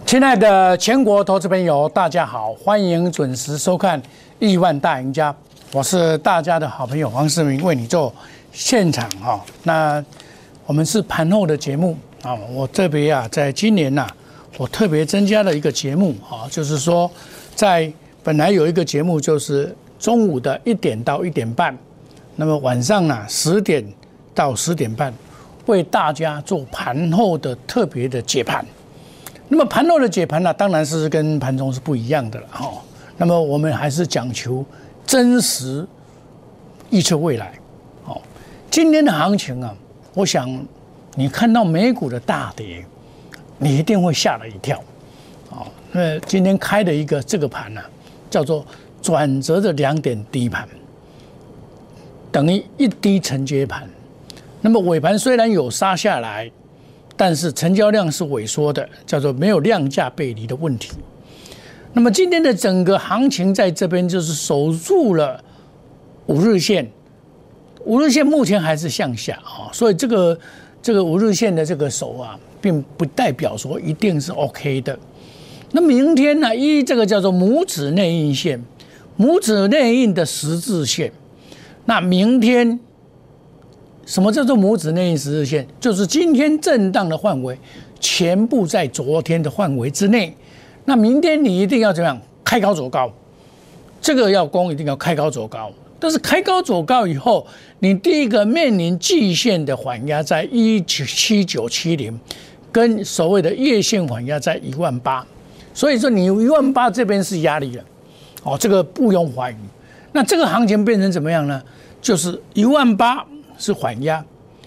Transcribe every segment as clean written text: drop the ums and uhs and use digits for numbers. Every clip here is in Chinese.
亲爱的全国投资朋友，大家好，欢迎准时收看《亿万大赢家》，我是大家的好朋友黄世明，为你做现场哈。那我们是盘后的节目啊，我特别在今年我特别增加了一个节目啊，就是说在本来有一个节目就是中午的1点到1点半，那么晚上10点到10点半，为大家做盘后的特别的解盘。那么盘后的解盘当然是跟盘中是不一样的了哈。那么我们还是讲求真实预测未来。好，今天的行情我想你看到美股的大跌，你一定会吓了一跳。好，那今天开的一个这个盘叫做转折的2点低盘，等于1低承接盘。那么尾盘虽然有杀下来，但是成交量是萎缩的，叫做没有量价背离的问题。那么今天的整个行情在这边就是守住了5日线，5日线目前还是向下所以这个5日线的这个守并不代表说一定是 OK 的。那明天依这个叫做拇指内印线，拇指内印的十字线，那明天。什么叫做拇指内印十字线？就是今天震荡的范围全部在昨天的范围之内。那明天你一定要怎么样？开高走高，这个要攻一定要开高走高。但是开高走高以后，你第一个面临季线的缓压在17970，跟所谓的月线缓压在18000，所以说你18000这边是压力了，这个不用怀疑。那这个行情变成怎么样呢？就是18000。是缓压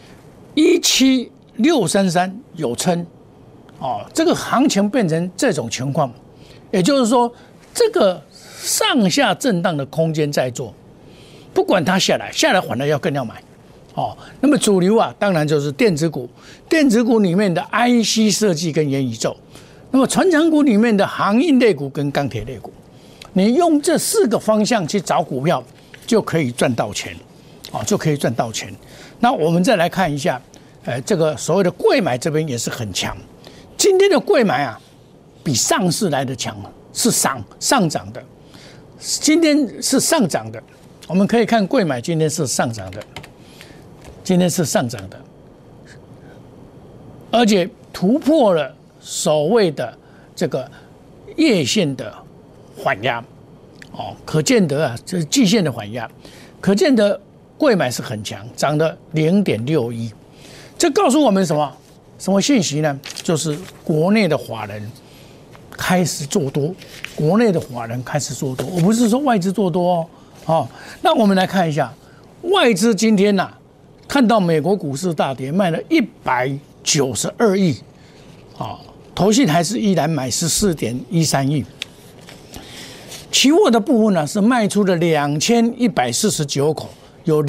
17633有撑这个行情变成这种情况，也就是说这个上下震荡的空间在做，不管它下来反而更要买那么主流当然就是电子股，电子股里面的 IC 设计跟元宇宙，那么传产股里面的航运类股跟钢铁类股，你用这4个方向去找股票就可以赚到钱。就可以赚到钱。那我们再来看一下，这个所谓的柜买这边也是很强。今天的柜买比上市来的强，是上涨的。今天是上涨的，我们可以看柜买今天是上涨的，而且突破了所谓的这个月线的缓压，可见得这是季线的缓压，可见得。柜买是很强，涨了0.61，这告诉我们什么信息呢？就是国内的法人开始做多，我不是说外资做多那我们来看一下，外资今天看到美国股市大跌，卖了192亿投信还是依然买14.13亿。期货的部分是卖出了2149口。有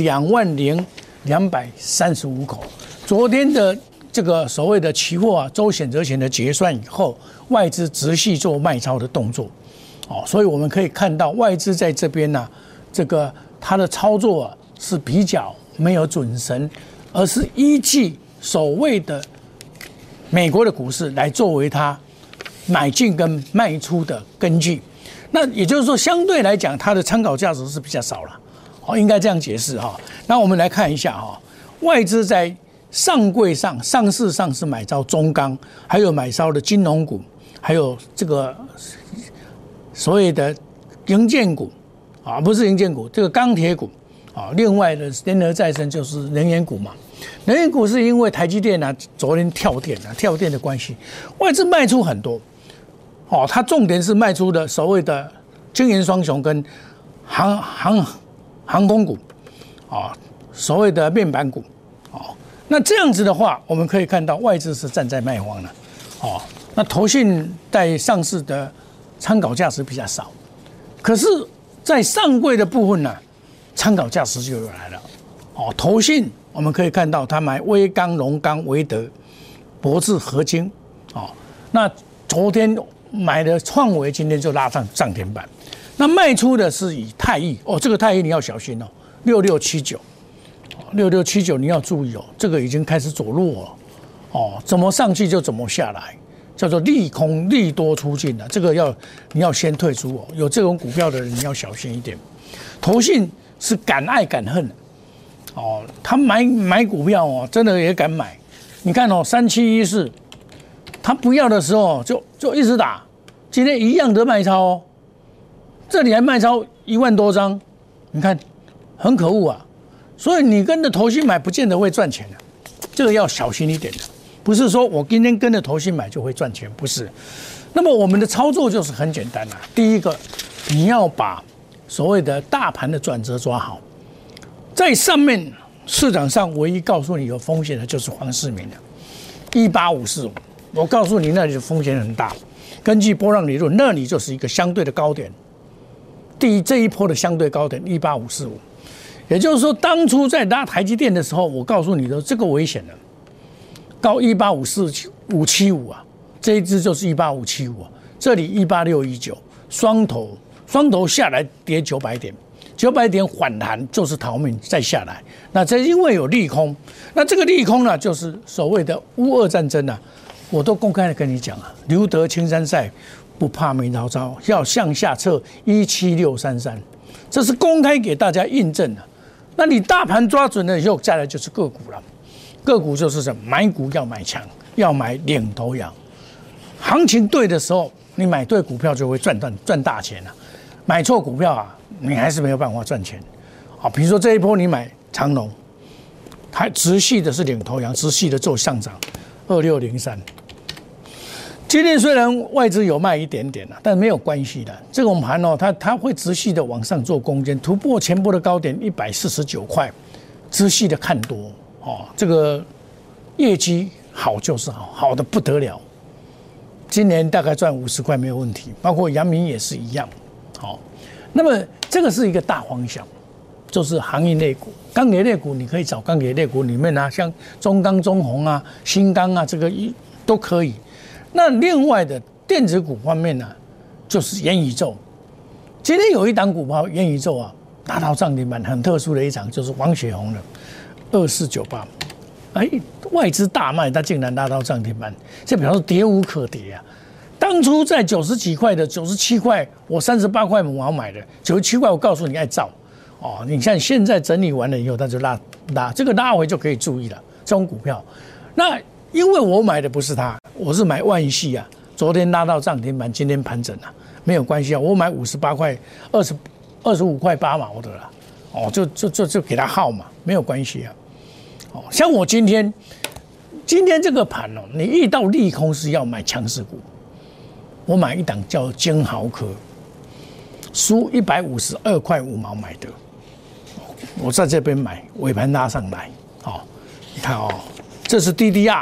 20235口。昨天的这个所谓的期货周选择权的结算以后，外资持续做卖超的动作，所以我们可以看到外资在这边这个它的操作是比较没有准绳，而是依据所谓的美国的股市来作为它买进跟卖出的根据。那也就是说，相对来讲，它的参考价值是比较少了。应该这样解释那我们来看一下外资在上柜上、上市上是买超中钢，还有买超的金融股，还有这个所谓的营建股不是营建股，这个钢铁股另外的联合再生就是能源股嘛。能源股是因为台积电昨天跳电的关系，外资卖出很多它重点是卖出的所谓的晶圆双雄跟航空股所谓的面板股那这样子的话，我们可以看到外资是站在卖方了那投信在上市的参考价值比较少，可是在上柜的部分参考价值就有来了投信我们可以看到他买威刚、龙刚、维德、博智、合金那昨天买的创维，今天就拉上涨停板。那卖出的是以泰益这个泰益你要小心6679你要注意这个已经开始走弱了怎么上去就怎么下来。 叫做利空利多出尽了，这个你要先退出哦。有这种股票的人你要小心一点。投信是敢爱敢恨哦，他买股票哦，真的也敢买。你看哦，3714，他不要的时候就一直打，今天一样的卖超哦，这里还卖超1万多张，你看很可恶啊。所以你跟着投信买，不见得会赚钱的，这个要小心一点的。不是说我今天跟着投信买就会赚钱，不是。那么我们的操作就是很简单啦。第一个，你要把所谓的大盘的转折抓好，在上面市场上唯一告诉你有风险的就是黄世明的18545，我告诉你那里的风险很大。根据波浪理论，那里就是一个相对的高点，这一波的相对高点18545，也就是说，当初在拉台积电的时候，我告诉你的这个危险了。高1854575啊，这一支就是18575啊，这里18619，双头下来跌900点，900点反弹就是逃命再下来。那这因为有利空，那这个利空呢，就是所谓的乌俄战争啊，我都公开的跟你讲啊，留得青山在，不怕没柴烧，要向下测17633，这是公开给大家印证的。那你大盘抓准了以后，再来就是个股了。个股就是什么？买股要买强，要买领头羊。行情对的时候，你买对股票就会赚大钱了。买错股票啊，你还是没有办法赚钱。好，比如说这一波你买长荣，它直系的是领头羊，直系的做上涨2603。今天虽然外资有卖一点点了，但没有关系的。这种盘哦，它会直系的往上做攻坚，突破前波的高点149块，直系的看多。哦，这个业绩好就是好，好的不得了。今年大概赚50块没有问题，包括阳明也是一样。好，那么这个是一个大方向，就是行业类股、钢铁类股，你可以找钢铁类股里面啊，像中钢、中鸿啊、新钢啊，这个都可以。那另外的电子股方面呢，就是元宇宙。今天有一档股票元宇宙啊，达到涨停板，很特殊的一场，就是王雪红的。2498，哎，外资大卖，它竟然拉到涨停板，这表示跌无可跌啊！当初在90几块的97块，我38块5毛买的，97块我告诉你爱造哦，你看现在整理完了以后，它就拉，这个拉回就可以注意了。这种股票，那因为我买的不是它，我是买万系啊，昨天拉到涨停板，今天盘整了，没有关系啊，我买58块25块8毛的啦，哦，就给它耗嘛，没有关系啊。哦，像我今天这个盘哦，你遇到利空是要买强势股。我买一档叫金豪科，输152块5毛买的，我在这边买，尾盘拉上来，好，你看哦，这是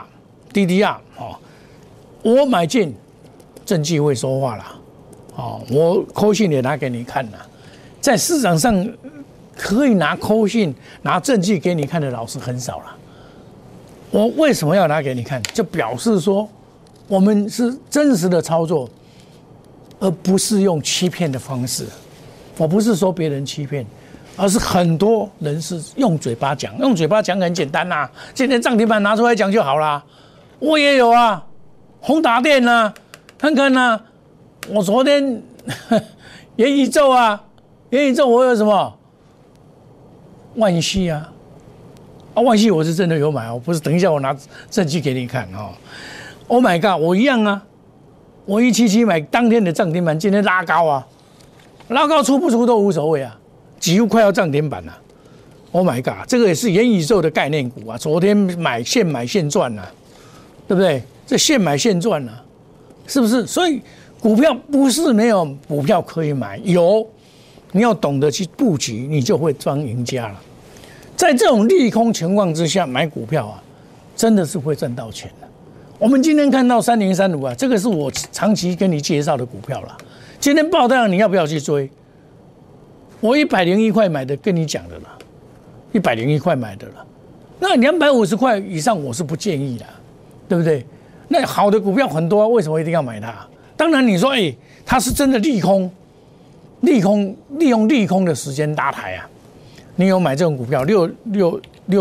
DDR 哦，我买进，证据会说话啦，哦，我扣讯也拿给你看了，在市场上。可以拿扣讯、拿证据给你看的老师很少了。我为什么要拿给你看？就表示说，我们是真实的操作，而不是用欺骗的方式。我不是说别人欺骗，而是很多人是用嘴巴讲，用嘴巴讲很简单啦。今天涨停板拿出来讲就好啦。我也有啊，宏达电啊，看看啊，我昨天元宇宙啊，元宇宙我有什么？万系啊，万系我是真的有买哦，不是等一下我拿证据给你看哦。Oh my god， 我一样啊，我177买当天的涨停板，今天拉高啊，拉高出不出都无所谓啊，几乎快要涨停板了。Oh my god， 这个也是元宇宙的概念股啊，昨天买现赚啊，对不对？这现买现赚啊，是不是？所以股票不是没有股票可以买，有。你要懂得去布局，你就会当赢家了。在这种利空情况之下买股票啊，真的是会赚到钱的。我们今天看到3035啊，这个是我长期跟你介绍的股票了。今天爆弹，你要不要去追？我101块买的，跟你讲的了，101块买的了。那250块以上，我是不建议的，对不对？那好的股票很多，为什么一定要买它？当然你说，它是真的利空。利用利空的时间拉抬啊！你有买这种股票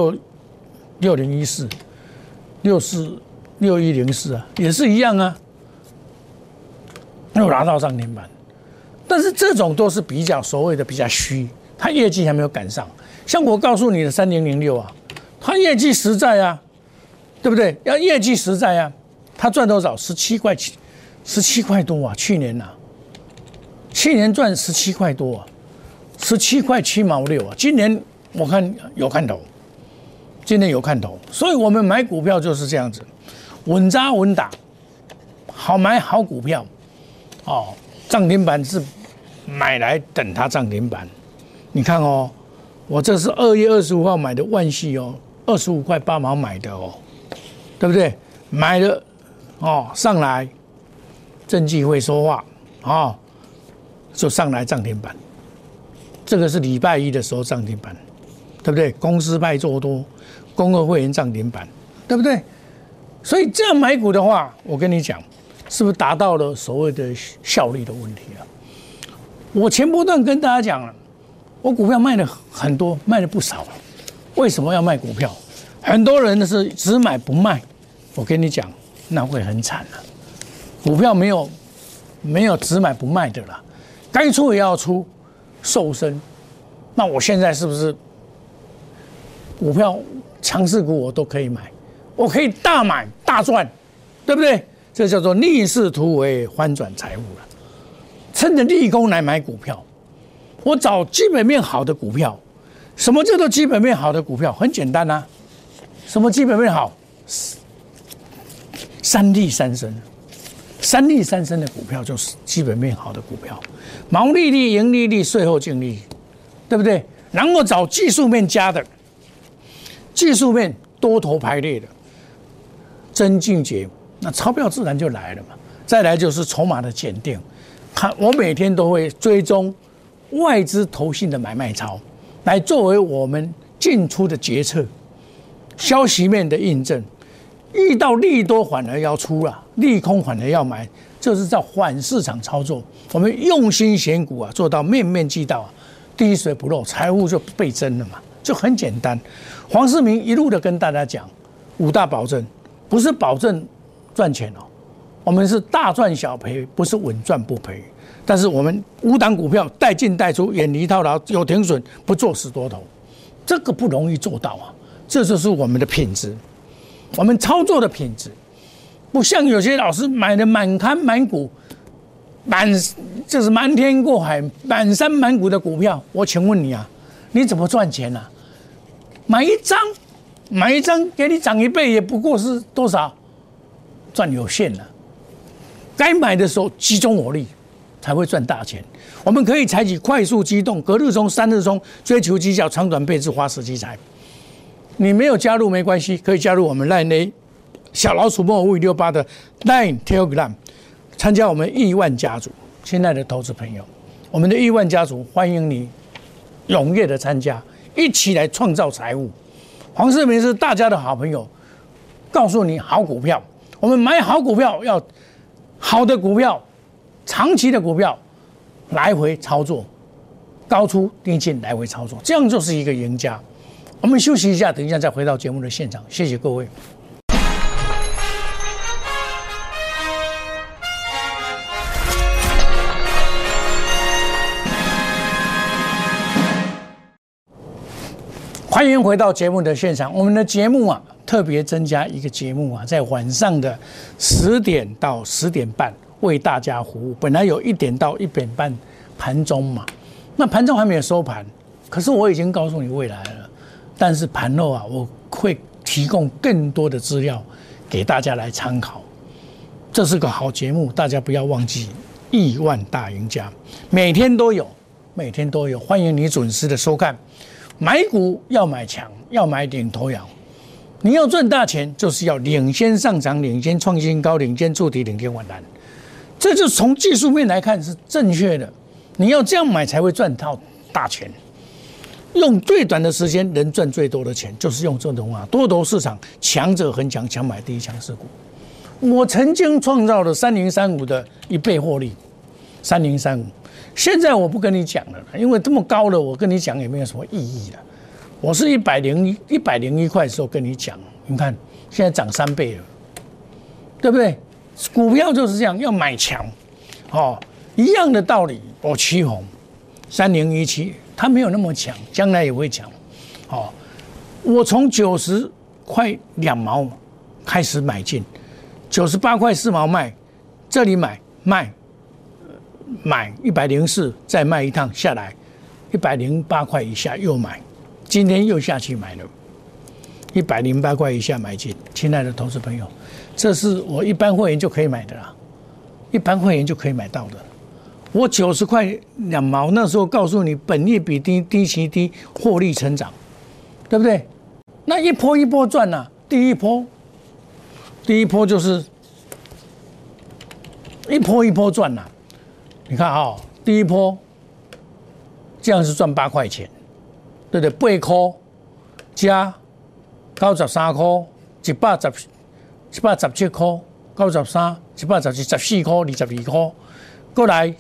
6014、6104啊，也是一样啊。 又拿到涨停板。但是这种都是比较所谓的比较虚，它业绩还没有赶上。像我告诉你的3006啊，它业绩实在啊，对不对？要业绩实在啊，它赚多少？17块多啊，去年赚17块多啊，17块7毛6啊。今年我看有看头，所以我们买股票就是这样子，稳扎稳打，好买好股票，哦，涨停板是买来等它涨停板。你看哦，我这是2月25号买的万细哦，25块8毛买的哦，对不对？买了哦，上来，证监会说话哦，就上来涨停板。这个是礼拜一的时候涨停板，对不对？公司派做多，公会会员涨停板，对不对？所以这样买股的话，我跟你讲，是不是达到了所谓的效率的问题啊？我前波段跟大家讲了，我股票卖了很多，卖了不少。为什么要卖股票？很多人是只买不卖，我跟你讲，那会很惨了。股票没有只买不卖的啦，该出也要出，瘦身。那我现在是不是股票强势股我都可以买？我可以大买大赚，对不对？这叫做逆势突围，翻转财务了。趁着利空来买股票，我找基本面好的股票。什么叫做基本面好的股票？很简单啊，什么基本面好？三利三升的股票就是基本面好的股票，毛利率、盈利率、税后净利，对不对？然后找技术面佳的，技术面多头排列的，增进节，那钞票自然就来了嘛。再来就是筹码的检定，我每天都会追踪外资投信的买卖超，来作为我们进出的决策，消息面的印证。遇到利多反而要出了，利空反而要买，这是叫反市场操作。我们用心选股啊，做到面面俱到啊，滴水不漏，财务就倍增了嘛，就很简单。黄世明一路的跟大家讲5大保证，不是保证赚钱哦，我们是大赚小赔，不是稳赚不赔。但是我们5档股票带进带出，远离套牢，有停损，不做死多头，这个不容易做到啊，这就是我们的品质。我们操作的品质，不像有些老师买的满刊满谷，就是瞒天过海、满山满谷的股票。我请问你啊，你怎么赚钱啊？买一张给你涨1倍，也不过是多少？赚有限了。该买的时候集中火力，才会赚大钱。我们可以采取快速机动、隔日冲、3日冲，追求绩效、长短配置、花时机财。你没有加入没关系，可以加入我们 LINE 小老鼠莫5568的 LINE Telegram， 参加我们亿万家族。亲爱的投资朋友，我们的亿万家族欢迎你踊跃的参加，一起来创造财富。黄世明是大家的好朋友，告诉你好股票，我们买好股票要好的股票，长期的股票，来回操作，高出低进来回操作，这样就是一个赢家。我们休息一下，等一下再回到节目的现场。谢谢各位。欢迎回到节目的现场。我们的节目啊，特别增加一个节目啊，在晚上的10点到10点半为大家服务。本来有1点到1点半盘中嘛，那盘中还没有收盘，可是我已经告诉你未来了。但是盘后啊，我会提供更多的资料给大家来参考。这是个好节目，大家不要忘记亿万大赢家，每天都有，欢迎你准时的收看。买股要买强，要买领头羊。你要赚大钱，就是要领先上涨、领先创新高、领先筑底、领先反弹。这就从技术面来看是正确的。你要这样买才会赚到大钱。用最短的时间能赚最多的钱，就是用这种多头市场，强者恒强，强买第一强势股。我曾经创造了3035的1倍获利，3035。现在我不跟你讲了，因为这么高了，我跟你讲也没有什么意义了。我是101块的时候跟你讲，你看现在涨3倍了，对不对？股票就是这样，要买强。 哦，一样的道理。我旗宏3017，它没有那么强，将来也会强。哦，我从90块2毛开始买进，98块4毛卖，这里买104，再卖一趟下来，108块以下又买，今天又下去买了，108块以下买进。亲爱的投资朋友，这是我一般会员就可以买的啦，一般会员就可以买到的。我90块2毛那时候告诉你，本益比低，低息低，获利成长，对不对？那一波一波赚啊，第一波就是一波一波赚呐。你看啊，第一波这样是赚8块钱，对不对？8块加93块，117块，93、117、14块，22块，过来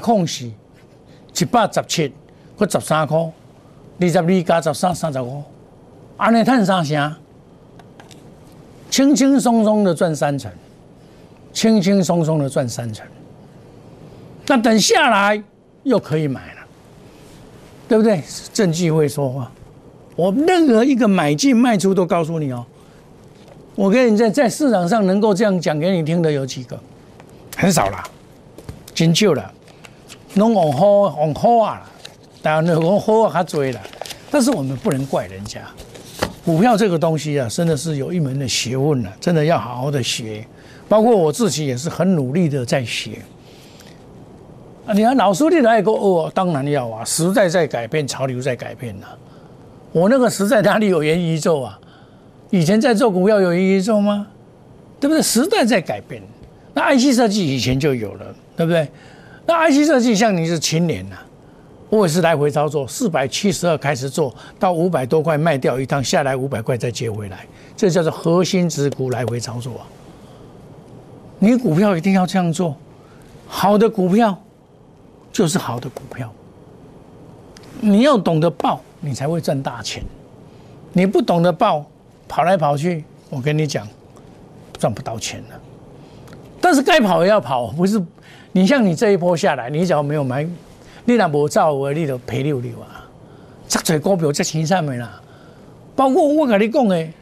104、117，搁13块，22加13 30块，安尼赚3成，轻轻松松的赚3成，轻轻松松的赚3成。那等下来又可以买了，对不对？证据会说话，我任何一个买进卖出都告诉你哦。我跟你在市场上能够这样讲给你听的有几个？很少啦，真少啦，拢往好啊啦，当然往好啊较多啦。但是我们不能怪人家，股票这个东西啊，真的是有一门的学问啊，真的要好好的学。包括我自己也是很努力的在学。你看老师你来个哦，当然要啊，时代在改变，潮流在改变呐。我那个时代哪里有元宇宙啊？以前在做股票有元宇宙吗？对不对？时代在改变。那 IC 设计以前就有了，对不对？那 IC 设计像你是青年呐，我也是来回操作，472开始做到500多块卖掉一趟，下来500块再接回来，这叫做核心持股来回操作啊。你股票一定要这样做，好的股票就是好的股票，你要懂得报，你才会赚大钱。你不懂得报，跑来跑去，我跟你讲，赚不到钱了。但是该跑也要跑，不是你像你这一波下来，你只要没有买，你若无走的，你就赔溜溜啊！这多股票这清惨的啦，包括我跟你讲的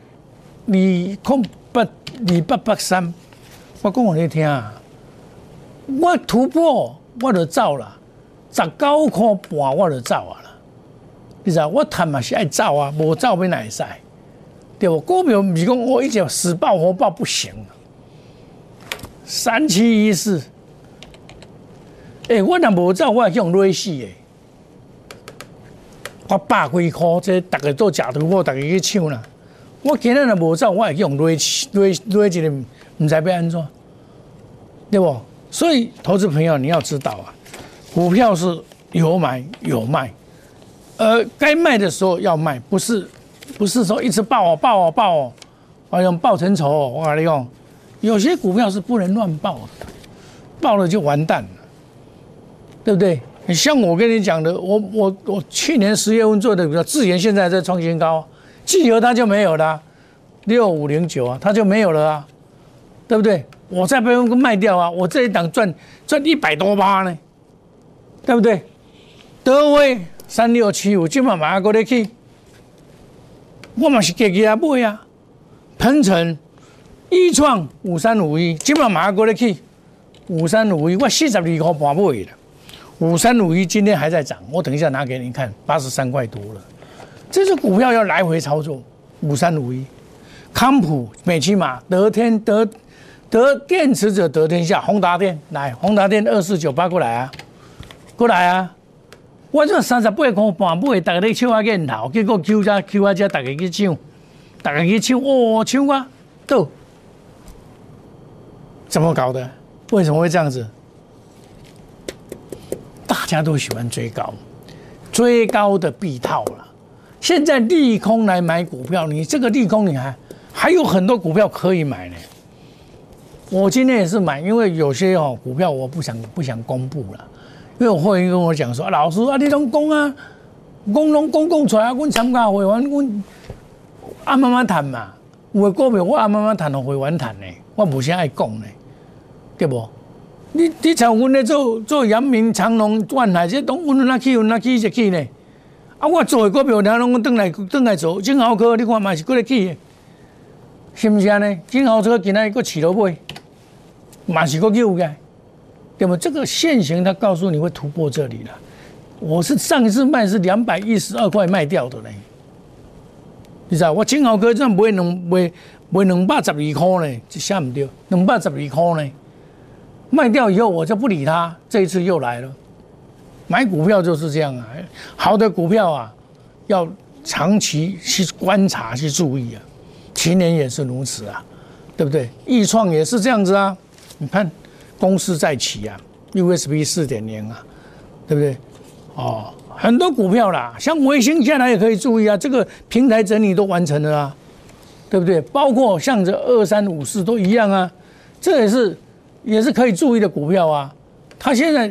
，2883，我讲给你听啊，我突破我就走了，19块半我就走啊啦。你知道我赚嘛是爱走啊，无走要哪会使？对不？股票不是讲我一直死抱活抱不行啊。3714，我若无走，我会用累死的。我100几块，这大家做假突破，大家去抢啦。我今日若无走，我会用累一个，唔知要安怎，对不？所以，投资朋友你要知道啊，股票是有买有卖，该卖的时候要卖，不是说一直爆哦，哎呀爆成仇哦，我跟你讲。有些股票是不能乱爆的，爆了就完蛋了，对不对？像我跟你讲的，我去年10月份做的股票，智研现在在创新高，聚合它就没有了，6509啊，它就没有了啊，对不对？我再被卖掉啊，我这一档赚100多%呢，对不对？德威3675，今晚马上过来去，我嘛是自己啊买啊，鹏程。一创5351，今晚马上过来去5351，我42块半买的，5351今天还在涨，我等一下拿给你看，83块多了。这是股票要来回操作，5351，康普、美骑马、得电池者得天下，宏达电来，宏达电2498过来啊，我这38块半买，大家咧抢啊瘾头，结果 Q 啊，大家去抢，哦，抢啊，倒。怎么搞的？为什么会这样子？大家都喜欢追高，追高的必套了。现在利空来买股票，你这个利空你还有很多股票可以买呢。我今天也是买，因为有些股票我不想公布了，因为我会员跟我讲说，老师啊，你拢讲啊，讲出来，阮参加会员，阮慢慢谈嘛。有的股票我慢慢谈，互会员谈呢，我无啥爱讲呢。对不？ 你像阮咧做阳明、长隆、万海，这拢阮哪去一去呢？啊，我做的股票，然后拢转来做，金豪科你看嘛是过来去的，是不是安尼？金豪科今仔个起落尾，嘛是个有个，对不？这个现行它告诉你会突破这里了。我是上一次卖是212块卖掉的呢，你知道？我金豪科这样卖212块呢，这下唔对，212块呢。卖掉以后我就不理他，这一次又来了。买股票就是这样啊，好的股票啊，要长期去观察、去注意啊。去年也是如此啊，对不对？易创也是这样子啊。你看，公司在起啊 ，USB 4.0啊，对不对？哦，很多股票啦，像微星现在也可以注意啊，这个平台整理都完成了啊，对不对？包括像这2354都一样啊，这也是可以注意的股票啊。它现在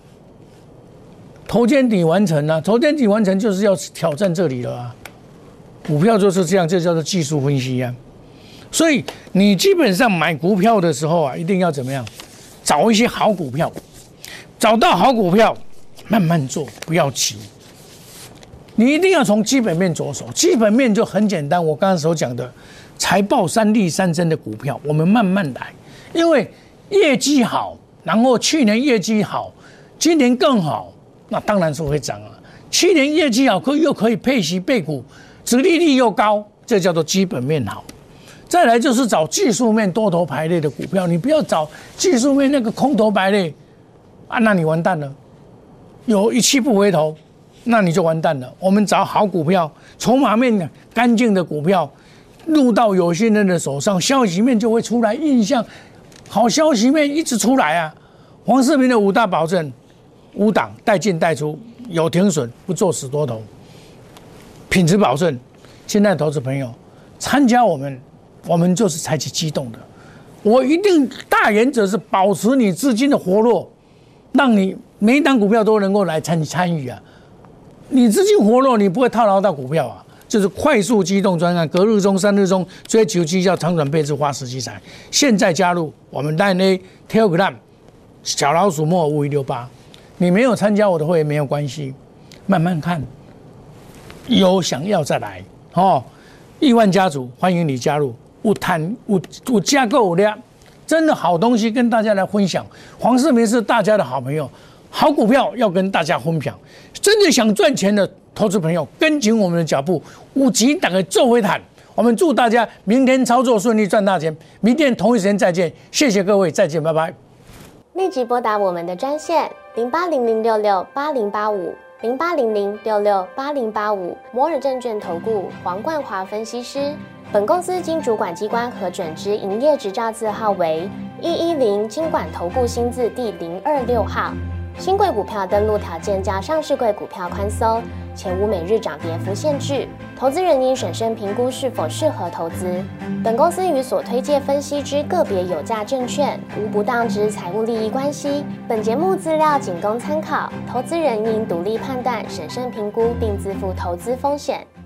头肩底完成了，头肩底完成就是要挑战这里了啊。股票就是这样，这叫做技术分析啊。所以你基本上买股票的时候啊，一定要怎么样？找一些好股票，找到好股票，慢慢做，不要急。你一定要从基本面着手，基本面就很简单。我刚才所讲的，财报3利3增的股票，我们慢慢来，因为业绩好，然后去年业绩好，今年更好，那当然是会涨啊。去年业绩好，又可以配息配股，殖利率又高，这叫做基本面好。再来就是找技术面多头排列的股票，你不要找技术面那个空头排列啊，那你完蛋了，有一去不回头，那你就完蛋了。我们找好股票，筹码面干净的股票，入到有心人的手上，消息面就会出来，印象好消息面一直出来啊。黄世明的5大保证，5档带进带出，有停损不做死多头，品质保证。现在投资朋友参加我们就是采取机动的。我一定大原则是保持你资金的活络，让你每一档股票都能够来参与啊。你资金活络，你不会套牢到股票啊。就是快速机动专案，隔日中、3日中追求绩效、长短配置、花时机财。现在加入我们 LINE Telegram 小老鼠莫5168，你没有参加我的会员没有关系，慢慢看，有想要再来哦。亿万家族欢迎你加入，有架构的，真的好东西跟大家来分享。黄世明是大家的好朋友，好股票要跟大家分享。真的想赚钱的投资朋友，跟紧我们的脚步，五级打个做回谈。我们祝大家明天操作顺利，赚大钱。明天同一时间再见，谢谢各位，再见，拜拜。 立即拨打我们的专线0800668085。0800668085，摩尔证券投顾黄冠华分析师。本公司经主管机关核准之营业执照字号为110金管投顾新字第026号。新贵股票登录条件较上市贵股票宽松，且无每日涨跌幅限制。投资人应审慎评估是否适合投资。本公司与所推介分析之个别有价证券无不当之财务利益关系。本节目资料仅供参考，投资人应独立判断、审慎评估并自负投资风险。